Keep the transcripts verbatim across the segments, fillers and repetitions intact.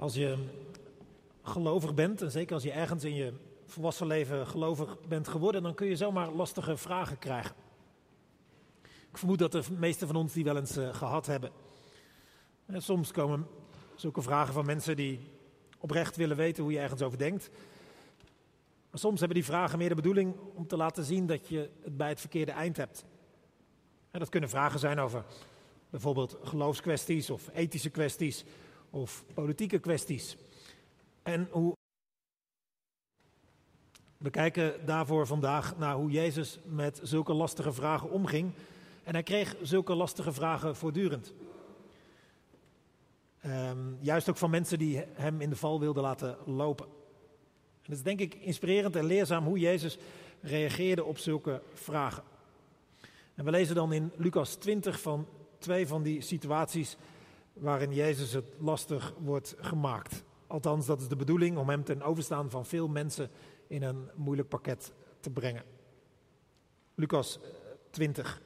Als je gelovig bent, en zeker als je ergens in je volwassen leven gelovig bent geworden, dan kun je zomaar lastige vragen krijgen. Ik vermoed dat de meesten van ons die wel eens uh, gehad hebben. En soms komen zulke vragen van mensen die oprecht willen weten hoe je ergens over denkt. Maar soms hebben die vragen meer de bedoeling om te laten zien dat je het bij het verkeerde eind hebt. En dat kunnen vragen zijn over bijvoorbeeld geloofskwesties of ethische kwesties of politieke kwesties. En hoe... We kijken daarvoor vandaag naar hoe Jezus met zulke lastige vragen omging. En hij kreeg zulke lastige vragen voortdurend. Um, juist ook van mensen die hem in de val wilden laten lopen. En het is denk ik inspirerend en leerzaam hoe Jezus reageerde op zulke vragen. En we lezen dan in Lucas twintig van twee van die situaties waarin Jezus het lastig wordt gemaakt. Althans, dat is de bedoeling om hem ten overstaan van veel mensen in een moeilijk pakket te brengen. Lucas twintig.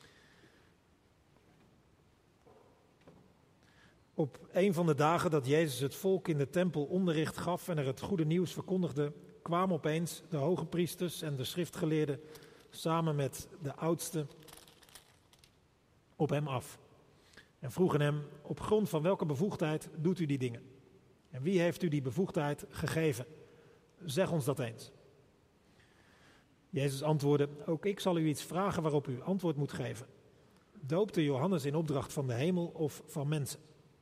Op een van de dagen dat Jezus het volk in de tempel onderricht gaf en er het goede nieuws verkondigde, kwamen opeens de hoge priesters en de schriftgeleerden samen met de oudsten op hem af. En vroegen hem, op grond van welke bevoegdheid doet u die dingen? En wie heeft u die bevoegdheid gegeven? Zeg ons dat eens. Jezus antwoordde, ook ik zal u iets vragen waarop u antwoord moet geven. Doopte Johannes in opdracht van de hemel of van mensen?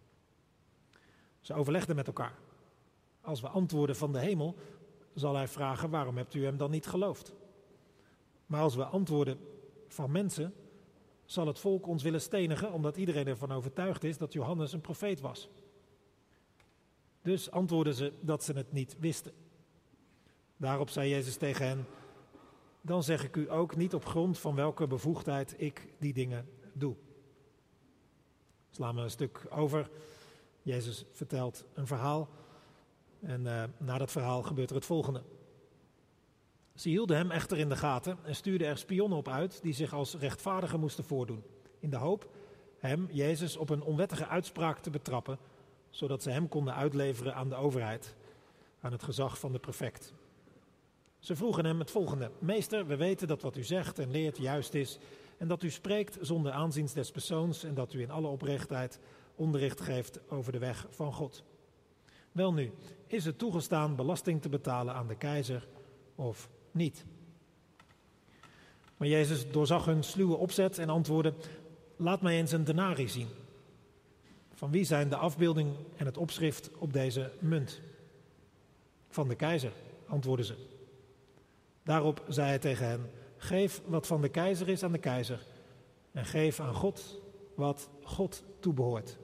Ze overlegden met elkaar. Als we antwoorden van de hemel, zal hij vragen, waarom hebt u hem dan niet geloofd? Maar als we antwoorden van mensen, zal het volk ons willen stenigen, omdat iedereen ervan overtuigd is dat Johannes een profeet was. Dus antwoordden ze dat ze het niet wisten. Daarop zei Jezus tegen hen, dan zeg ik u ook niet op grond van welke bevoegdheid ik die dingen doe. Slaan we een stuk over. Jezus vertelt een verhaal en uh, na dat verhaal gebeurt er het volgende. Ze hielden hem echter in de gaten en stuurden er spionnen op uit die zich als rechtvaardigen moesten voordoen. In de hoop hem, Jezus, op een onwettige uitspraak te betrappen, zodat ze hem konden uitleveren aan de overheid, aan het gezag van de prefect. Ze vroegen hem het volgende. Meester, we weten dat wat u zegt en leert juist is en dat u spreekt zonder aanzien des persoons en dat u in alle oprechtheid onderricht geeft over de weg van God. Welnu, is het toegestaan belasting te betalen aan de keizer of niet? Maar Jezus doorzag hun sluwe opzet en antwoordde, laat mij eens een denarii zien. Van wie zijn de afbeelding en het opschrift op deze munt? Van de keizer, antwoordden ze. Daarop zei hij tegen hen, geef wat van de keizer is aan de keizer en geef aan God wat God toebehoort.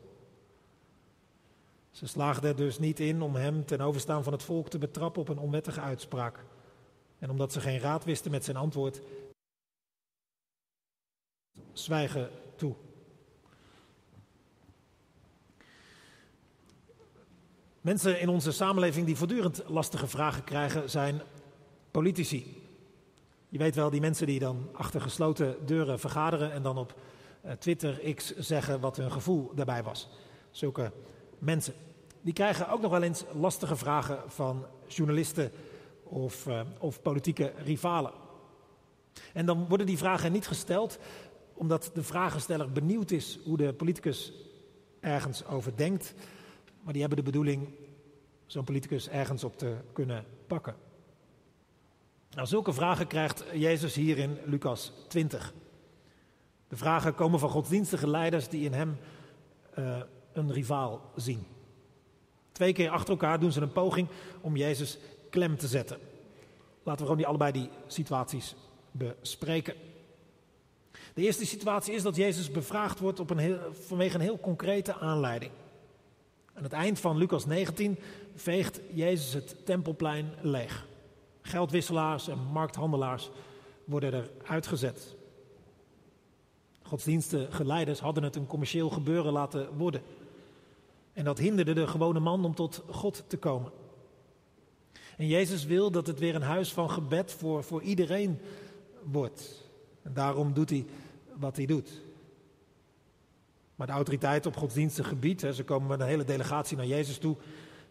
Ze slaagden er dus niet in om hem ten overstaan van het volk te betrappen op een onwettige uitspraak. En omdat ze geen raad wisten met zijn antwoord, zwijgen toe. Mensen in onze samenleving die voortdurend lastige vragen krijgen, zijn politici. Je weet wel, die mensen die dan achter gesloten deuren vergaderen en dan op Twitter, X zeggen wat hun gevoel daarbij was. Zulke mensen. Die krijgen ook nog wel eens lastige vragen van journalisten of, uh, of politieke rivalen. En dan worden die vragen niet gesteld omdat de vragensteller benieuwd is hoe de politicus ergens over denkt. Maar die hebben de bedoeling zo'n politicus ergens op te kunnen pakken. Nou, zulke vragen krijgt Jezus hier in Lucas twintig. De vragen komen van godsdienstige leiders die in hem uh, een rivaal zien. Twee keer achter elkaar doen ze een poging om Jezus klem te zetten. Laten we gewoon die allebei die situaties bespreken. De eerste situatie is dat Jezus bevraagd wordt op een heel, vanwege een heel concrete aanleiding. Aan het eind van Lucas negentien veegt Jezus het tempelplein leeg. Geldwisselaars en markthandelaars worden er uitgezet. Godsdienstige leiders hadden het een commercieel gebeuren laten worden. En dat hinderde de gewone man om tot God te komen. En Jezus wil dat het weer een huis van gebed voor, voor iedereen wordt. En daarom doet hij wat hij doet. Maar de autoriteiten op godsdienstig gebied, hè, ze komen met een hele delegatie naar Jezus toe.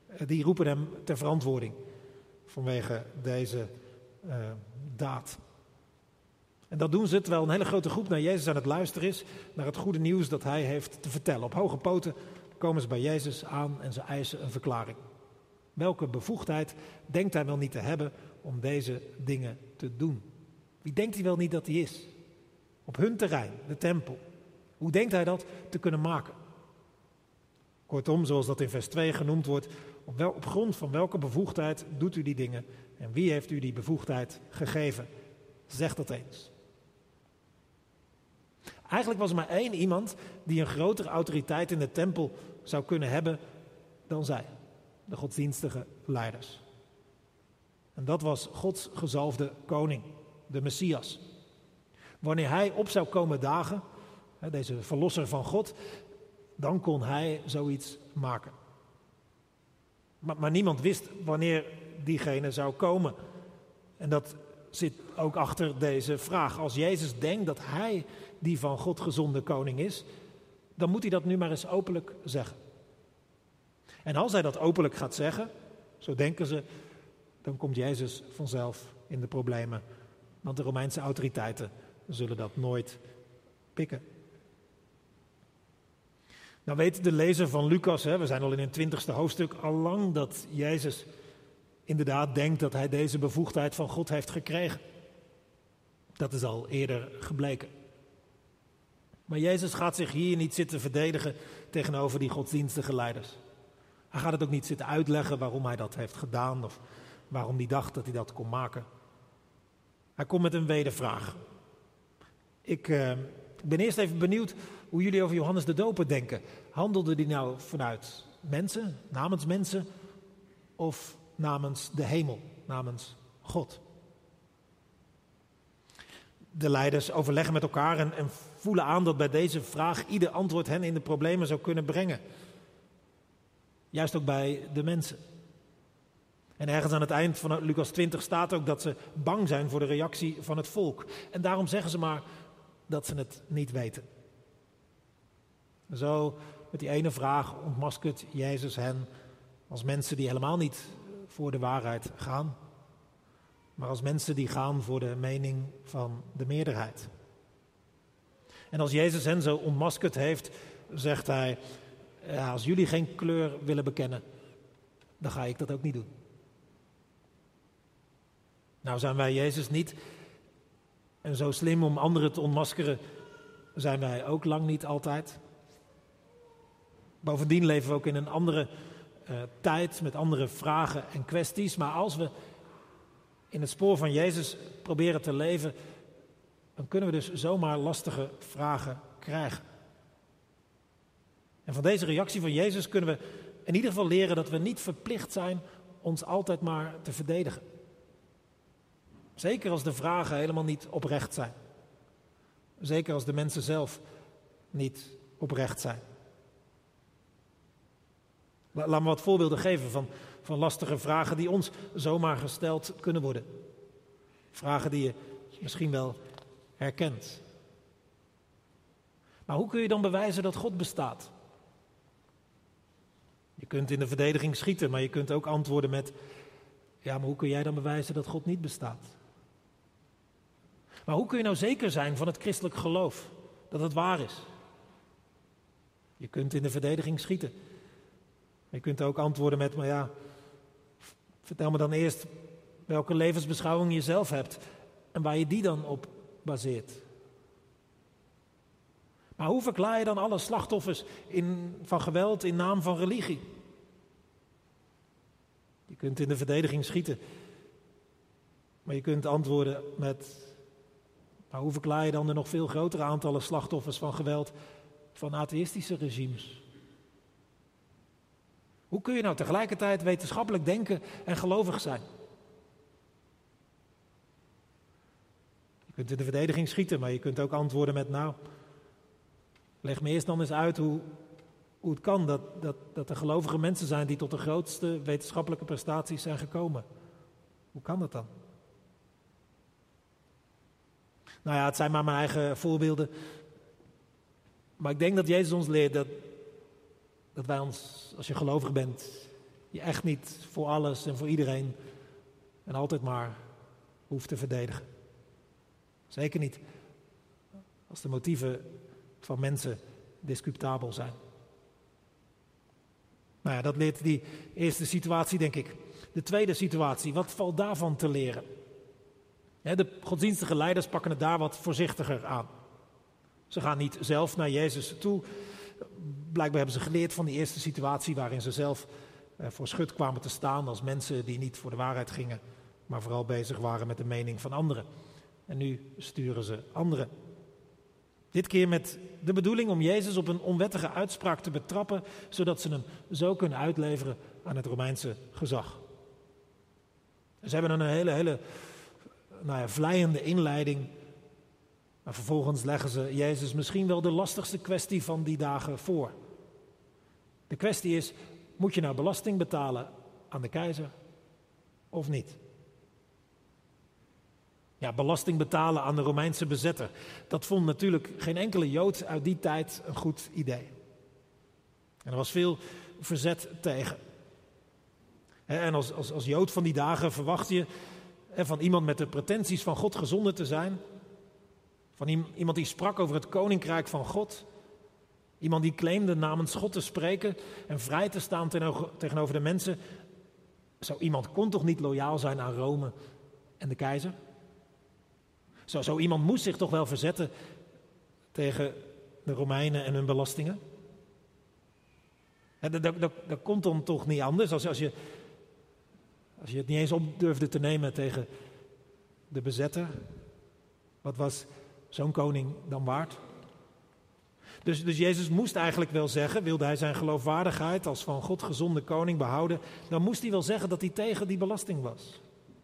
Die roepen hem ter verantwoording vanwege deze uh, daad. En dat doen ze terwijl een hele grote groep naar Jezus aan het luisteren is, naar het goede nieuws dat hij heeft te vertellen. Op hoge poten komen ze bij Jezus aan en ze eisen een verklaring. Welke bevoegdheid denkt hij wel niet te hebben om deze dingen te doen? Wie denkt hij wel niet dat hij is? Op hun terrein, de tempel. Hoe denkt hij dat te kunnen maken? Kortom, zoals dat in vers twee genoemd wordt, op, wel, op grond van welke bevoegdheid doet u die dingen en wie heeft u die bevoegdheid gegeven? Zeg dat eens. Eigenlijk was er maar één iemand die een grotere autoriteit in de tempel zou kunnen hebben dan zij, de godsdienstige leiders. En dat was Gods gezalfde koning, de Messias. Wanneer hij op zou komen dagen, deze verlosser van God, dan kon hij zoiets maken. Maar, maar niemand wist wanneer diegene zou komen. En dat zit ook achter deze vraag. Als Jezus denkt dat hij die van God gezonde koning is, dan moet hij dat nu maar eens openlijk zeggen. En als hij dat openlijk gaat zeggen, zo denken ze, dan komt Jezus vanzelf in de problemen. Want de Romeinse autoriteiten zullen dat nooit pikken. Nou weet de lezer van Lucas, hè, we zijn al in het twintigste hoofdstuk, al lang dat Jezus inderdaad denkt dat hij deze bevoegdheid van God heeft gekregen. Dat is al eerder gebleken. Maar Jezus gaat zich hier niet zitten verdedigen tegenover die godsdienstige leiders. Hij gaat het ook niet zitten uitleggen waarom hij dat heeft gedaan of waarom hij dacht dat hij dat kon maken. Hij komt met een wedervraag. Ik uh, ben eerst even benieuwd hoe jullie over Johannes de Doper denken. Handelde die nou vanuit mensen, namens mensen of namens de hemel, namens God? De leiders overleggen met elkaar en, en voelen aan dat bij deze vraag ieder antwoord hen in de problemen zou kunnen brengen. Juist ook bij de mensen. En ergens aan het eind van Lucas twintig staat ook dat ze bang zijn voor de reactie van het volk. En daarom zeggen ze maar dat ze het niet weten. Zo, met die ene vraag ontmaskert Jezus hen als mensen die helemaal niet voor de waarheid gaan, maar als mensen die gaan voor de mening van de meerderheid. En als Jezus hen zo ontmaskerd heeft, zegt hij, ja, als jullie geen kleur willen bekennen, dan ga ik dat ook niet doen. Nou zijn wij Jezus niet en zo slim om anderen te ontmaskeren zijn wij ook lang niet altijd. Bovendien leven we ook in een andere uh, tijd met andere vragen en kwesties. Maar als we in het spoor van Jezus proberen te leven, dan kunnen we dus zomaar lastige vragen krijgen. En van deze reactie van Jezus kunnen we in ieder geval leren dat we niet verplicht zijn ons altijd maar te verdedigen. Zeker als de vragen helemaal niet oprecht zijn. Zeker als de mensen zelf niet oprecht zijn. Laat me wat voorbeelden geven van, van lastige vragen die ons zomaar gesteld kunnen worden. Vragen die je misschien wel herkent. Maar hoe kun je dan bewijzen dat God bestaat? Je kunt in de verdediging schieten, maar je kunt ook antwoorden met, ja, maar hoe kun jij dan bewijzen dat God niet bestaat? Maar hoe kun je nou zeker zijn van het christelijk geloof, dat het waar is? Je kunt in de verdediging schieten. Je kunt ook antwoorden met, maar ja, vertel me dan eerst welke levensbeschouwing je zelf hebt en waar je die dan op baseert. Maar hoe verklaar je dan alle slachtoffers in, van geweld in naam van religie? Je kunt in de verdediging schieten, maar je kunt antwoorden met, maar hoe verklaar je dan de nog veel grotere aantallen slachtoffers van geweld van atheïstische regimes? Hoe kun je nou tegelijkertijd wetenschappelijk denken en gelovig zijn? Je kunt in de verdediging schieten, maar je kunt ook antwoorden met, nou, leg me eerst dan eens uit hoe, hoe het kan dat, dat, dat er gelovige mensen zijn die tot de grootste wetenschappelijke prestaties zijn gekomen. Hoe kan dat dan? Nou ja, het zijn maar mijn eigen voorbeelden. Maar ik denk dat Jezus ons leert dat, dat wij ons, als je gelovig bent, je echt niet voor alles en voor iedereen en altijd maar hoeft te verdedigen. Zeker niet als de motieven van mensen discutabel zijn. Nou ja, dat leert die eerste situatie, denk ik. De tweede situatie, wat valt daarvan te leren? De godsdienstige leiders pakken het daar wat voorzichtiger aan. Ze gaan niet zelf naar Jezus toe. Blijkbaar hebben ze geleerd van die eerste situatie waarin ze zelf voor schut kwamen te staan als mensen die niet voor de waarheid gingen, maar vooral bezig waren met de mening van anderen. En nu sturen ze anderen. Dit keer met de bedoeling om Jezus op een onwettige uitspraak te betrappen, zodat ze hem zo kunnen uitleveren aan het Romeinse gezag. Ze hebben een hele, hele nou ja, vleiende inleiding. Maar vervolgens leggen ze Jezus misschien wel de lastigste kwestie van die dagen voor. De kwestie is, moet je nou belasting betalen aan de keizer of niet? Ja, belasting betalen aan de Romeinse bezetter. Dat vond natuurlijk geen enkele Jood uit die tijd een goed idee. En er was veel verzet tegen. En als, als, als Jood van die dagen verwacht je van iemand met de pretenties van God gezonden te zijn. Van iemand die sprak over het koninkrijk van God. Iemand die claimde namens God te spreken en vrij te staan tegenover de mensen. Zo iemand kon toch niet loyaal zijn aan Rome en de keizer? Zo, zo iemand moest zich toch wel verzetten tegen de Romeinen en hun belastingen? Dat, dat, dat, dat komt dan toch niet anders als, als, je, als je het niet eens op durfde te nemen tegen de bezetter. Wat was zo'n koning dan waard? Dus, dus Jezus moest eigenlijk wel zeggen, wilde hij zijn geloofwaardigheid als van God gezonde koning behouden, dan moest hij wel zeggen dat hij tegen die belasting was.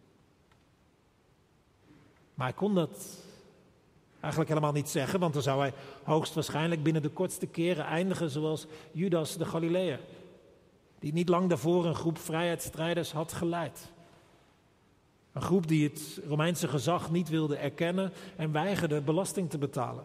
Maar hij kon dat eigenlijk helemaal niet zeggen, want dan zou hij hoogstwaarschijnlijk binnen de kortste keren eindigen zoals Judas de Galileër, die niet lang daarvoor een groep vrijheidsstrijders had geleid. Een groep die het Romeinse gezag niet wilde erkennen en weigerde belasting te betalen.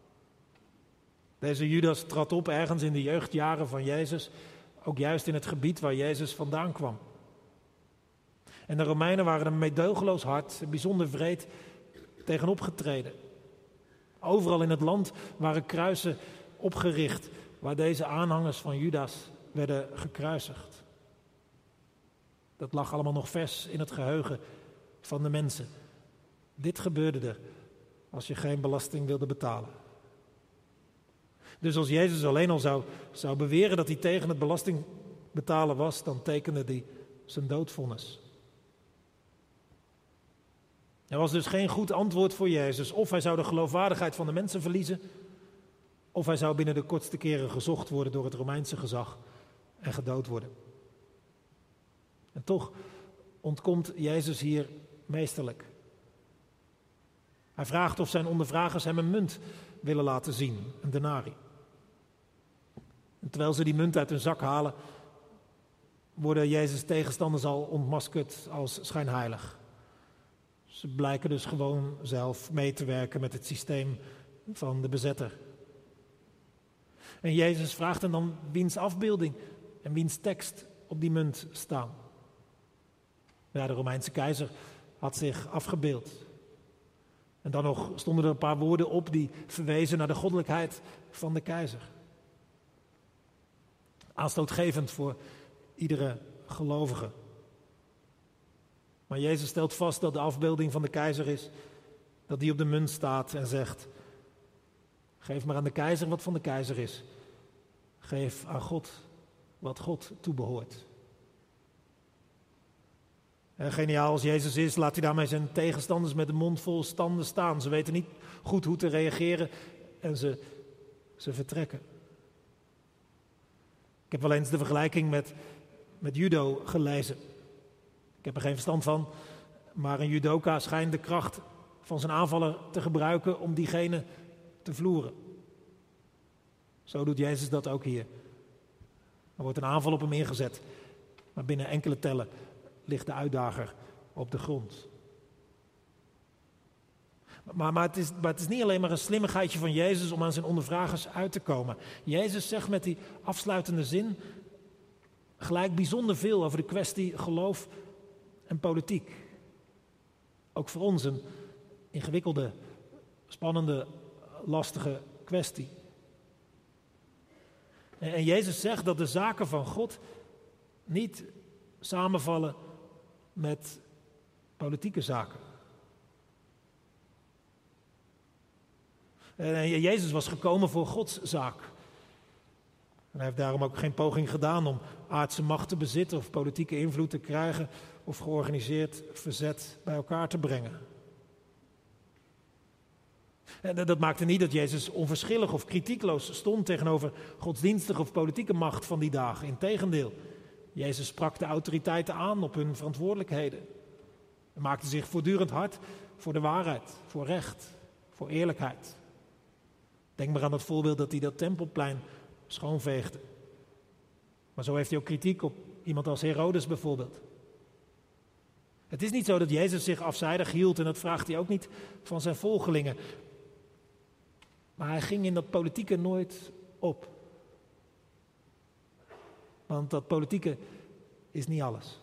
Deze Judas trad op ergens in de jeugdjaren van Jezus, ook juist in het gebied waar Jezus vandaan kwam. En de Romeinen waren een meedogenloos hart, bijzonder wreed tegenop getreden. Overal in het land waren kruisen opgericht waar deze aanhangers van Judas werden gekruisigd. Dat lag allemaal nog vers in het geheugen van de mensen. Dit gebeurde er als je geen belasting wilde betalen. Dus als Jezus alleen al zou, zou beweren dat hij tegen het belastingbetalen was, dan tekende hij zijn doodvonnis. Er was dus geen goed antwoord voor Jezus. Of hij zou de geloofwaardigheid van de mensen verliezen, of hij zou binnen de kortste keren gezocht worden door het Romeinse gezag en gedood worden. En toch ontkomt Jezus hier meesterlijk. Hij vraagt of zijn ondervragers hem een munt willen laten zien, een denari. En terwijl ze die munt uit hun zak halen, worden Jezus' tegenstanders al ontmaskerd als schijnheilig. Ze blijken dus gewoon zelf mee te werken met het systeem van de bezetter. En Jezus vraagt hen dan wiens afbeelding en wiens tekst op die munt staan. Ja, de Romeinse keizer had zich afgebeeld. En dan nog stonden er een paar woorden op die verwezen naar de goddelijkheid van de keizer. Aanstootgevend voor iedere gelovige. Maar Jezus stelt vast dat de afbeelding van de keizer is, dat die op de munt staat en zegt: geef maar aan de keizer wat van de keizer is. Geef aan God wat God toebehoort. En geniaal als Jezus is, laat hij daarmee zijn tegenstanders met de mond vol standen staan. Ze weten niet goed hoe te reageren en ze, ze vertrekken. Ik heb wel eens de vergelijking met, met judo gelezen. Ik heb er geen verstand van, maar een judoka schijnt de kracht van zijn aanvaller te gebruiken om diegene te vloeren. Zo doet Jezus dat ook hier. Er wordt een aanval op hem ingezet, maar binnen enkele tellen ligt de uitdager op de grond. Maar, maar, het is, maar het is niet alleen maar een slimmigheidje van Jezus om aan zijn ondervragers uit te komen. Jezus zegt met die afsluitende zin: gelijk bijzonder veel over de kwestie geloof en politiek. Ook voor ons een ingewikkelde, spannende, lastige kwestie. En Jezus zegt dat de zaken van God niet samenvallen met politieke zaken. En Jezus was gekomen voor Gods zaak. En hij heeft daarom ook geen poging gedaan om aardse macht te bezitten of politieke invloed te krijgen of georganiseerd verzet bij elkaar te brengen. En dat maakte niet dat Jezus onverschillig of kritiekloos stond tegenover godsdienstige of politieke macht van die dagen. Integendeel, Jezus sprak de autoriteiten aan op hun verantwoordelijkheden. Hij maakte zich voortdurend hard voor de waarheid, voor recht, voor eerlijkheid. Denk maar aan dat voorbeeld dat hij dat tempelplein schoonveegde. Maar zo heeft hij ook kritiek op iemand als Herodes bijvoorbeeld. Het is niet zo dat Jezus zich afzijdig hield en dat vraagt hij ook niet van zijn volgelingen. Maar hij ging in dat politieke nooit op. Want dat politieke is niet alles.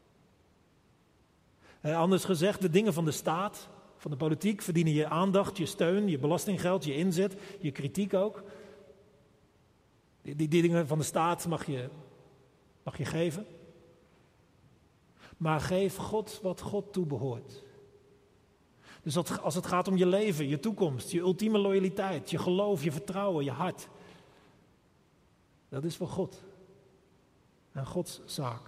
Eh, anders gezegd, de dingen van de staat, van de politiek verdienen je aandacht, je steun, je belastinggeld, je inzet, je kritiek ook. Die, die, die dingen van de staat mag je, mag je geven. Maar geef God wat God toebehoort. Dus dat, als het gaat om je leven, je toekomst, je ultieme loyaliteit, je geloof, je vertrouwen, je hart. Dat is voor God. En Gods zaak.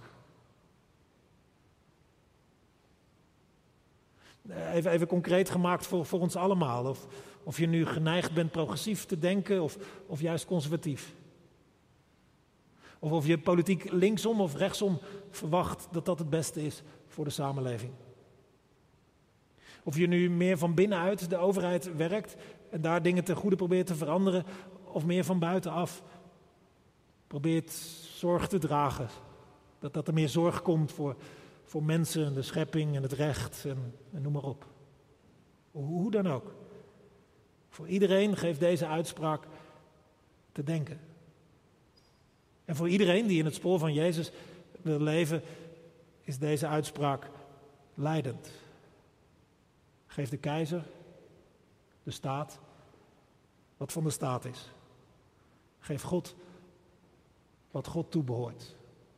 Even, even concreet gemaakt voor, voor ons allemaal. Of, of je nu geneigd bent progressief te denken of, of juist conservatief. Of of je politiek linksom of rechtsom verwacht dat dat het beste is voor de samenleving. Of je nu meer van binnenuit de overheid werkt en daar dingen ten goede probeert te veranderen. Of meer van buitenaf probeert zorg te dragen. Dat, dat er meer zorg komt voor, voor mensen, de schepping en het recht en, en noem maar op. Hoe, hoe dan ook. Voor iedereen geeft deze uitspraak te denken. En voor iedereen die in het spoor van Jezus wil leven, is deze uitspraak leidend. Geef de keizer, de staat, wat van de staat is. Geef God wat God toebehoort.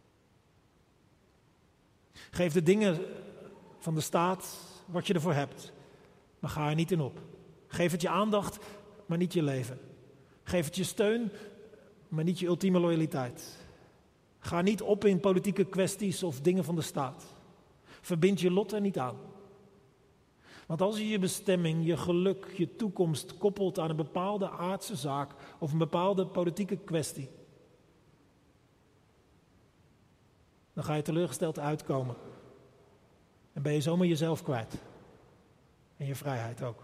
Geef de dingen van de staat wat je ervoor hebt, maar ga er niet in op. Geef het je aandacht, maar niet je leven. Geef het je steun, maar niet je ultieme loyaliteit. Ga niet op in politieke kwesties of dingen van de staat. Verbind je lot er niet aan. Want als je je bestemming, je geluk, je toekomst koppelt aan een bepaalde aardse zaak of een bepaalde politieke kwestie, dan ga je teleurgesteld uitkomen. En ben je zomaar jezelf kwijt. En je vrijheid ook.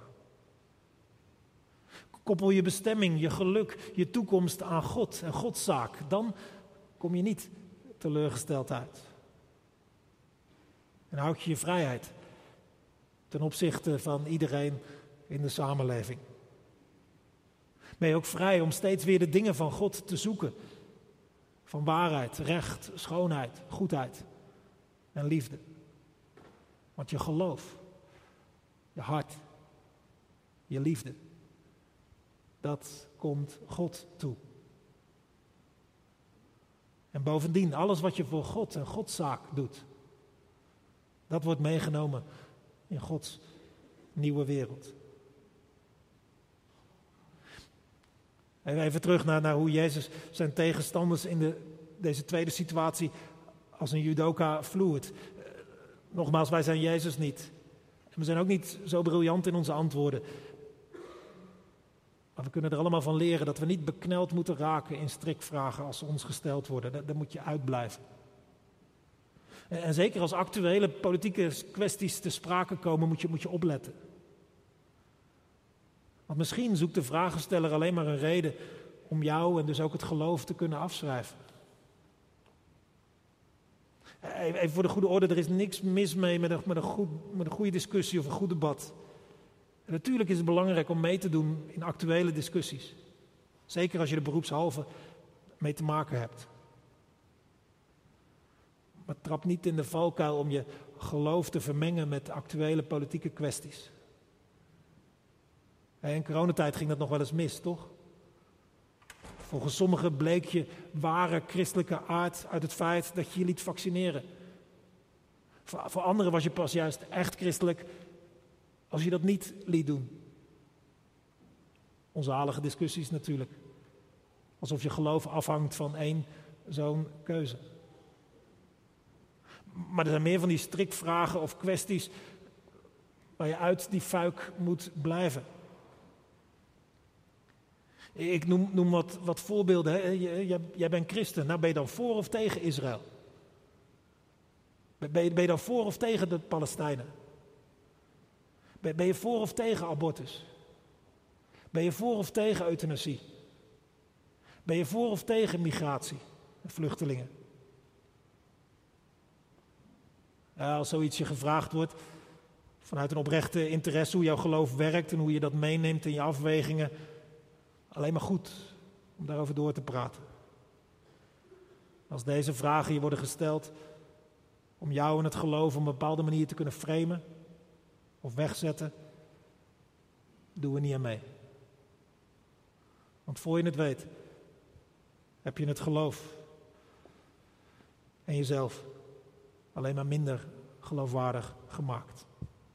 Koppel je bestemming, je geluk, je toekomst aan God en Gods zaak. Dan kom je niet teleurgesteld uit. En houd je je vrijheid ten opzichte van iedereen in de samenleving. Ben je ook vrij om steeds weer de dingen van God te zoeken. Van waarheid, recht, schoonheid, goedheid en liefde. Want je geloof, je hart, je liefde, dat komt God toe. En bovendien, alles wat je voor God en Gods zaak doet, dat wordt meegenomen in Gods nieuwe wereld. Even terug naar, naar hoe Jezus zijn tegenstanders in de, deze tweede situatie als een judoka vloert. Nogmaals, wij zijn Jezus niet. En we zijn ook niet zo briljant in onze antwoorden. Maar we kunnen er allemaal van leren dat we niet bekneld moeten raken in strikvragen als ze ons gesteld worden. Daar, daar moet je uitblijven. En, en zeker als actuele politieke kwesties te sprake komen, moet je, moet je opletten. Want misschien zoekt de vragensteller alleen maar een reden om jou en dus ook het geloof te kunnen afschrijven. Even voor de goede orde, er is niks mis mee met een, met een, goed, met een goede discussie of een goed debat. En natuurlijk is het belangrijk om mee te doen in actuele discussies. Zeker als je er beroepshalve mee te maken hebt. Maar trap niet in de valkuil om je geloof te vermengen met actuele politieke kwesties. In coronatijd ging dat nog wel eens mis, toch? Volgens sommigen bleek je ware christelijke aard uit het feit dat je je liet vaccineren. Voor, voor anderen was je pas juist echt christelijk als je dat niet liet doen. Onzalige discussies natuurlijk. Alsof je geloof afhangt van één zo'n keuze. Maar er zijn meer van die strikvragen of kwesties waar je uit die fuik moet blijven. Ik noem, noem wat, wat voorbeelden. Hè. Jij, jij bent christen. Nou, ben je dan voor of tegen Israël? Ben je, ben je dan voor of tegen de Palestijnen? Ben, ben je voor of tegen abortus? Ben je voor of tegen euthanasie? Ben je voor of tegen migratie en vluchtelingen? Ja, als zoiets je gevraagd wordt vanuit een oprechte interesse hoe jouw geloof werkt en hoe je dat meeneemt in je afwegingen, alleen maar goed om daarover door te praten. Als deze vragen je worden gesteld om jou en het geloof op een bepaalde manier te kunnen framen of wegzetten, doen we niet aan mee. Want voor je het weet, heb je het geloof en jezelf alleen maar minder geloofwaardig gemaakt.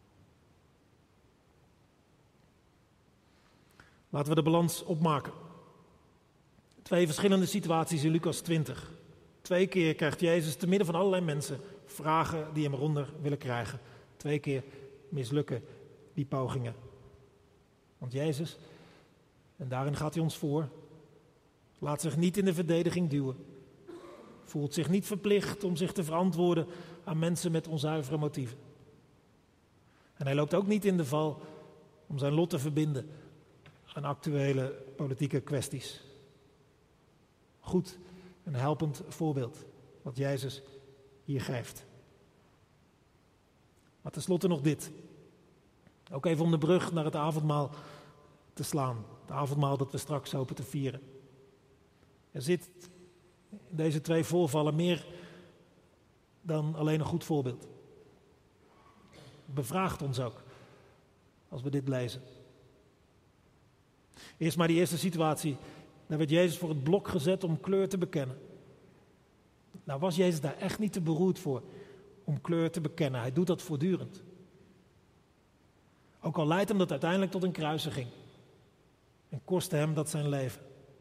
Laten we de balans opmaken. Twee verschillende situaties in Lucas twintig. Twee keer krijgt Jezus te midden van allerlei mensen vragen die hem eronder willen krijgen. Twee keer mislukken die pogingen. Want Jezus, en daarin gaat hij ons voor, laat zich niet in de verdediging duwen. Voelt zich niet verplicht om zich te verantwoorden aan mensen met onzuivere motieven. En hij loopt ook niet in de val om zijn lot te verbinden aan actuele politieke kwesties. Goed, een helpend voorbeeld wat Jezus hier geeft. Maar tenslotte nog dit. Ook even om de brug naar het avondmaal te slaan. Het avondmaal dat we straks hopen te vieren. Er zit in deze twee voorvallen meer dan alleen een goed voorbeeld. Het bevraagt ons ook als we dit lezen. Eerst maar die eerste situatie. Daar werd Jezus voor het blok gezet om kleur te bekennen. Nou was Jezus daar echt niet te beroerd voor om kleur te bekennen. Hij doet dat voortdurend. Ook al leidt hem dat uiteindelijk tot een kruisiging. En kostte hem dat zijn leven.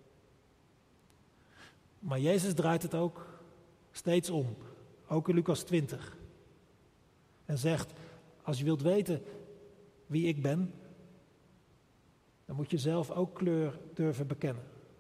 Maar Jezus draait het ook steeds om. Ook in Lucas twintig. En zegt, als je wilt weten wie ik ben, dan moet je zelf ook kleur durven bekennen.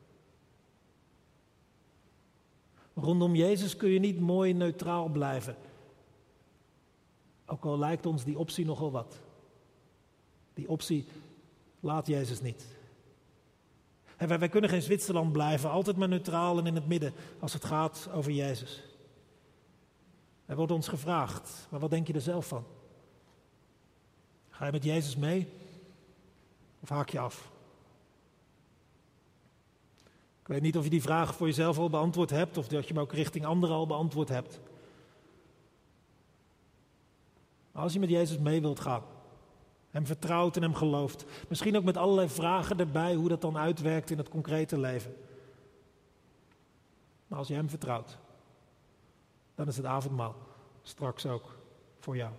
Rondom Jezus kun je niet mooi neutraal blijven. Ook al lijkt ons die optie nogal wat. Die optie laat Jezus niet. En wij, wij kunnen geen Zwitserland blijven, altijd maar neutraal en in het midden als het gaat over Jezus. Er wordt ons gevraagd, maar wat denk je er zelf van? Ga je met Jezus mee of haak je af? Ik weet niet of je die vraag voor jezelf al beantwoord hebt of dat je hem ook richting anderen al beantwoord hebt. Maar als je met Jezus mee wilt gaan, hem vertrouwt en hem gelooft, misschien ook met allerlei vragen erbij hoe dat dan uitwerkt in het concrete leven. Maar als je hem vertrouwt, dan is het avondmaal straks ook voor jou.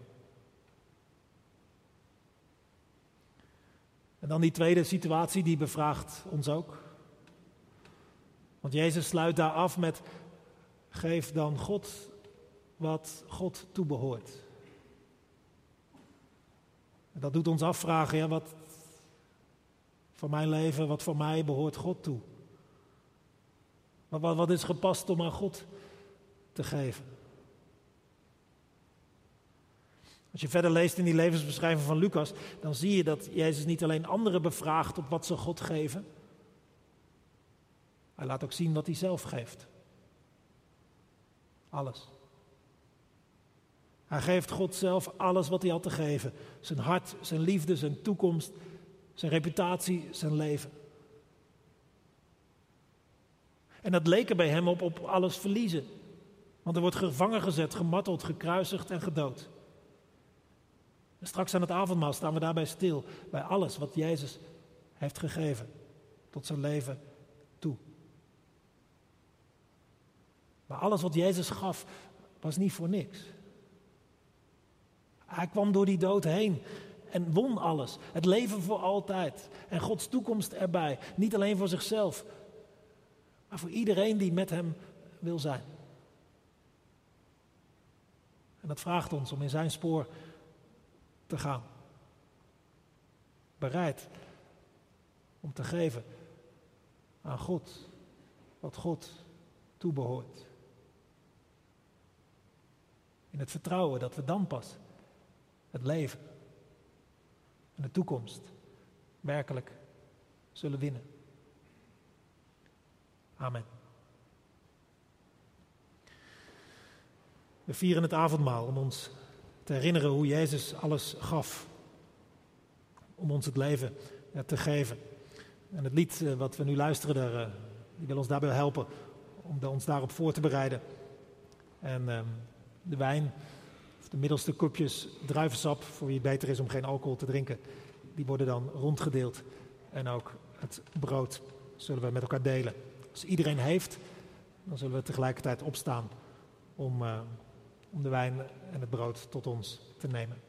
En dan die tweede situatie, die bevraagt ons ook. Want Jezus sluit daar af met, geef dan God wat God toebehoort. En dat doet ons afvragen, ja, wat voor mijn leven, wat voor mij behoort God toe? Wat, wat, wat is gepast om aan God te geven? Als je verder leest in die levensbeschrijving van Lucas, dan zie je dat Jezus niet alleen anderen bevraagt op wat ze God geven. Hij laat ook zien wat hij zelf geeft. Alles. Hij geeft God zelf alles wat hij had te geven. Zijn hart, zijn liefde, zijn toekomst, zijn reputatie, zijn leven. En dat leek er bij hem op, op alles verliezen. Want er wordt gevangen gezet, gemarteld, gekruisigd en gedood. En straks aan het avondmaal staan we daarbij stil. Bij alles wat Jezus heeft gegeven. Tot zijn leven toe. Maar alles wat Jezus gaf was niet voor niks. Hij kwam door die dood heen en won alles. Het leven voor altijd. En Gods toekomst erbij. Niet alleen voor zichzelf, maar voor iedereen die met hem wil zijn. En dat vraagt ons om in zijn spoor te gaan. Bereid om te geven aan God wat God toebehoort. In het vertrouwen dat we dan pas het leven en de toekomst werkelijk zullen winnen. Amen. We vieren het avondmaal om ons te herinneren hoe Jezus alles gaf. Om ons het leven te geven. En het lied wat we nu luisteren, daar, die wil ons daarbij helpen om ons daarop voor te bereiden. En um, de wijn, of de middelste kopjes druivensap, voor wie het beter is om geen alcohol te drinken, die worden dan rondgedeeld. En ook het brood zullen we met elkaar delen. Als iedereen heeft, dan zullen we tegelijkertijd opstaan om, uh, om de wijn en het brood tot ons te nemen.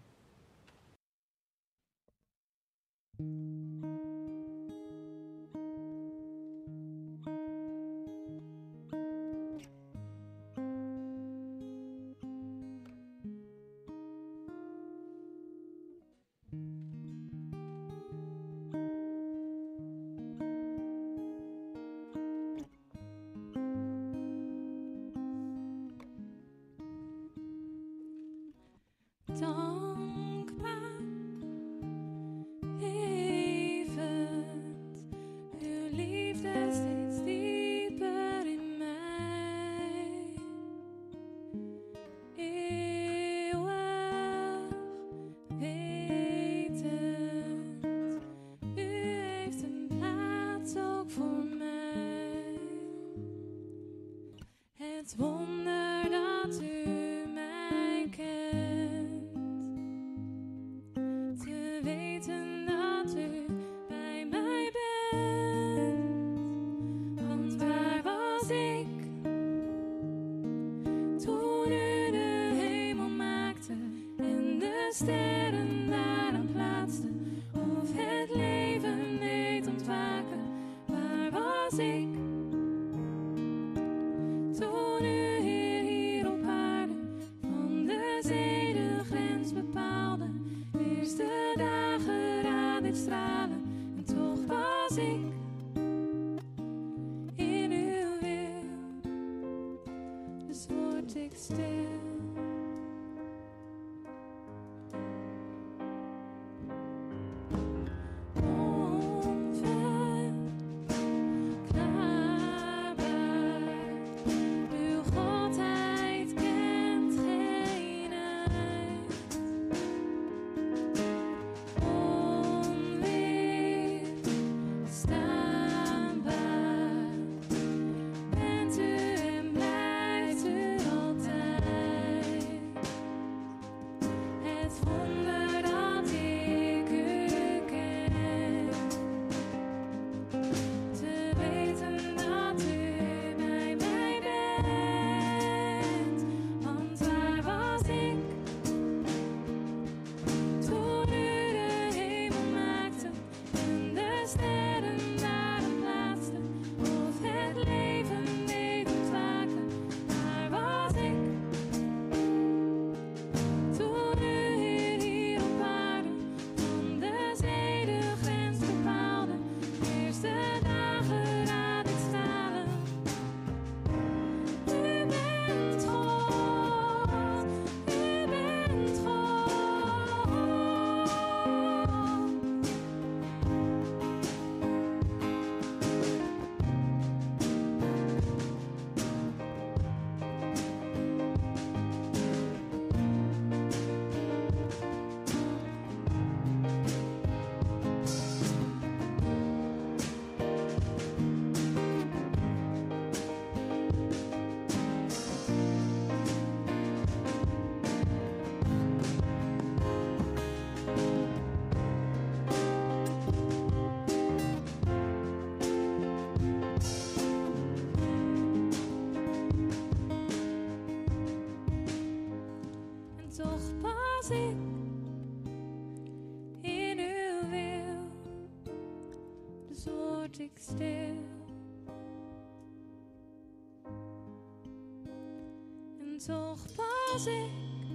Dankbaar, levend, uw liefde steeds dieper in mij. Eeuwig wetend, u heeft een plaats ook voor mij. Het wonder dat u mij kent. Te weten dat u bij mij bent. Want waar was ik toen u de hemel maakte en de sterren daaraan plaatste? Of het leven deed ontwaken, waar was ik toen u Heer hier op aarde van de zee de grens bepaalde? Eerst de dageraad dit stralen, en toch was ik in uw wil, dus word ik stil. Onverklaarbaar, uw godheid kent geen eind. Onweerstaanbaar, bent u en blijft u altijd. als ik in uw wil, dus word ik stil. En toch pas ik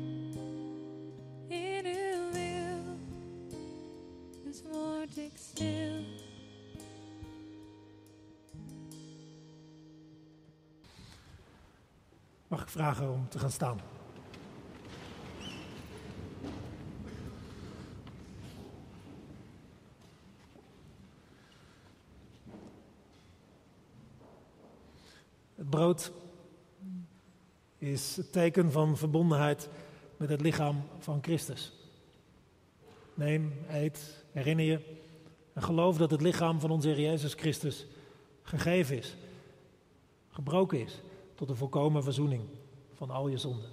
in uw wil, dus word ik stil. Mag ik vragen om te gaan staan? Het brood is het teken van verbondenheid met het lichaam van Christus. Neem, eet, herinner je en geloof dat het lichaam van onze Heer Jezus Christus gegeven is, gebroken is tot de volkomen verzoening van al je zonden.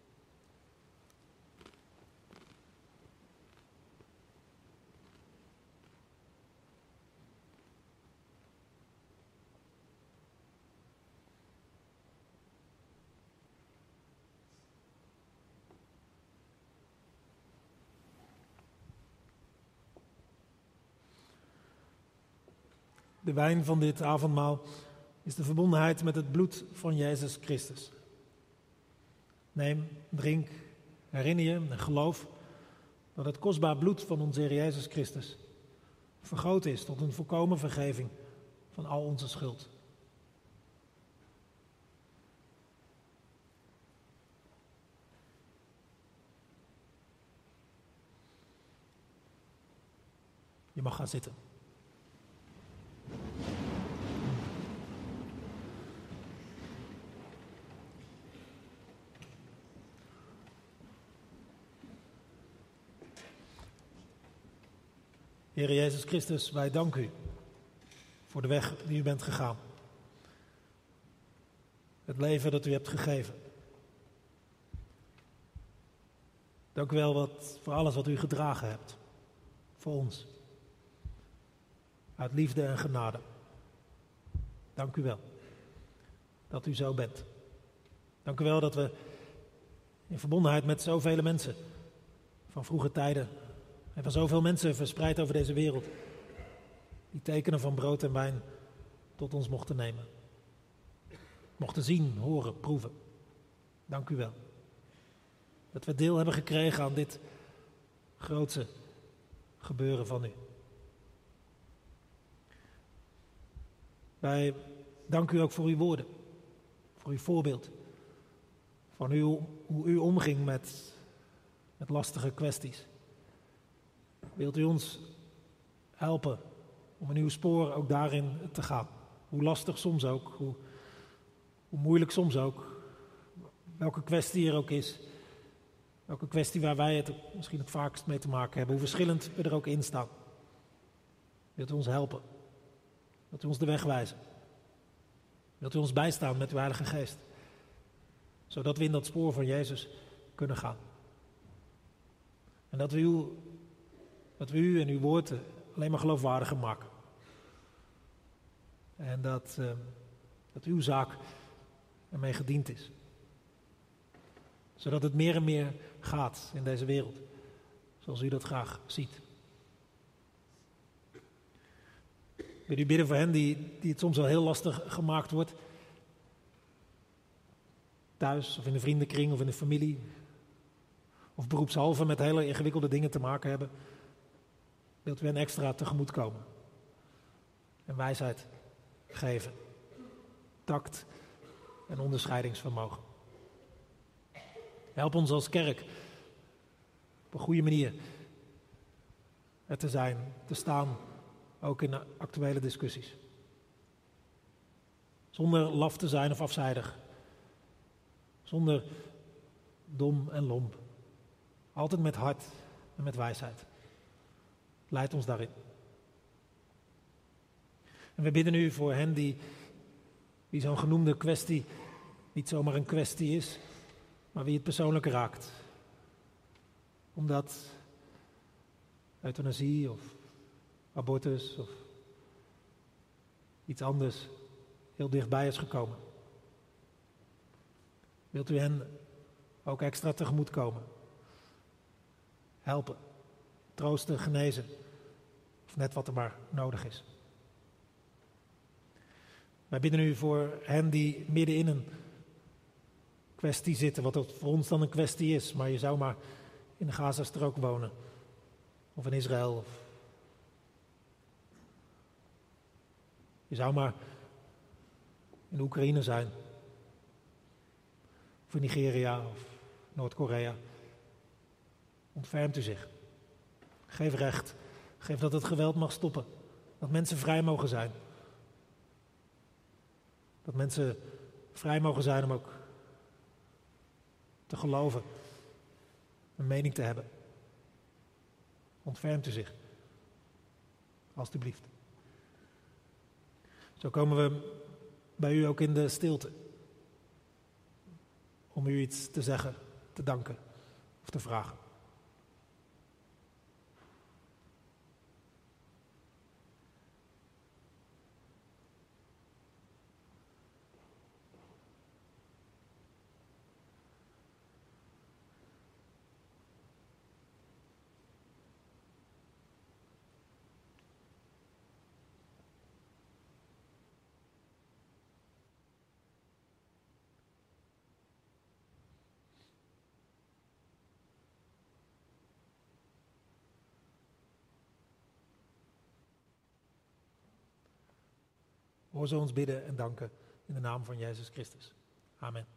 De wijn van dit avondmaal is de verbondenheid met het bloed van Jezus Christus. Neem, drink, herinner je en geloof dat het kostbaar bloed van onze Heer Jezus Christus vergoten is tot een volkomen vergeving van al onze schuld. Je mag gaan zitten. Heer Jezus Christus, wij danken u voor de weg die u bent gegaan. Het leven dat u hebt gegeven. Dank u wel wat, voor alles wat u gedragen hebt. Voor ons. Uit liefde en genade. Dank u wel dat u zo bent. Dank u wel dat we in verbondenheid met zoveel mensen van vroege tijden en van zoveel mensen verspreid over deze wereld die tekenen van brood en wijn tot ons mochten nemen. Mochten zien, horen, proeven. Dank u wel. Dat we deel hebben gekregen aan dit grootse gebeuren van u. Wij danken u ook voor uw woorden, voor uw voorbeeld, van uw, hoe u omging met, met lastige kwesties. Wilt u ons helpen om in uw spoor ook daarin te gaan? Hoe lastig soms ook, hoe, hoe moeilijk soms ook, welke kwestie er ook is, welke kwestie waar wij het misschien het vaakst mee te maken hebben, hoe verschillend we er ook in staan. Wilt u ons helpen? Wilt u ons de weg wijzen? Wilt u ons bijstaan met uw Heilige Geest? Zodat we in dat spoor van Jezus kunnen gaan. En dat we u, dat we u en uw woord alleen maar geloofwaardiger maken. En dat, uh, dat uw zaak ermee gediend is. Zodat het meer en meer gaat in deze wereld. Zoals u dat graag ziet. Ik wil u bidden voor hen die, die het soms wel heel lastig gemaakt wordt. Thuis of in de vriendenkring of in de familie. Of beroepshalve met hele ingewikkelde dingen te maken hebben. Wilt u hen extra tegemoet komen. En wijsheid geven. Tact en onderscheidingsvermogen. Help ons als kerk op een goede manier er te zijn, te staan. Ook in actuele discussies. Zonder laf te zijn of afzijdig. Zonder dom en lomp. Altijd met hart en met wijsheid. Leid ons daarin. En we bidden u voor hen die, die zo'n genoemde kwestie niet zomaar een kwestie is, maar wie het persoonlijk raakt. Omdat euthanasie of abortus of iets anders heel dichtbij is gekomen. Wilt u hen ook extra tegemoet komen? helpen, troosten, genezen. Of net wat er maar nodig is. Wij bidden u voor hen die midden in een kwestie zitten, wat het voor ons dan een kwestie is. Maar je zou maar in de Gazastrook wonen. Of in Israël. Of je zou maar in de Oekraïne zijn. Of in Nigeria of Noord-Korea. Ontfermt u zich. Geef recht. Geef dat het geweld mag stoppen. Dat mensen vrij mogen zijn. Dat mensen vrij mogen zijn om ook te geloven. Een mening te hebben. Ontfermt u zich. Alsjeblieft. Zo komen we bij u ook in de stilte. Om u iets te zeggen, te danken of te vragen. Hoor zo ons bidden en danken in de naam van Jezus Christus. Amen.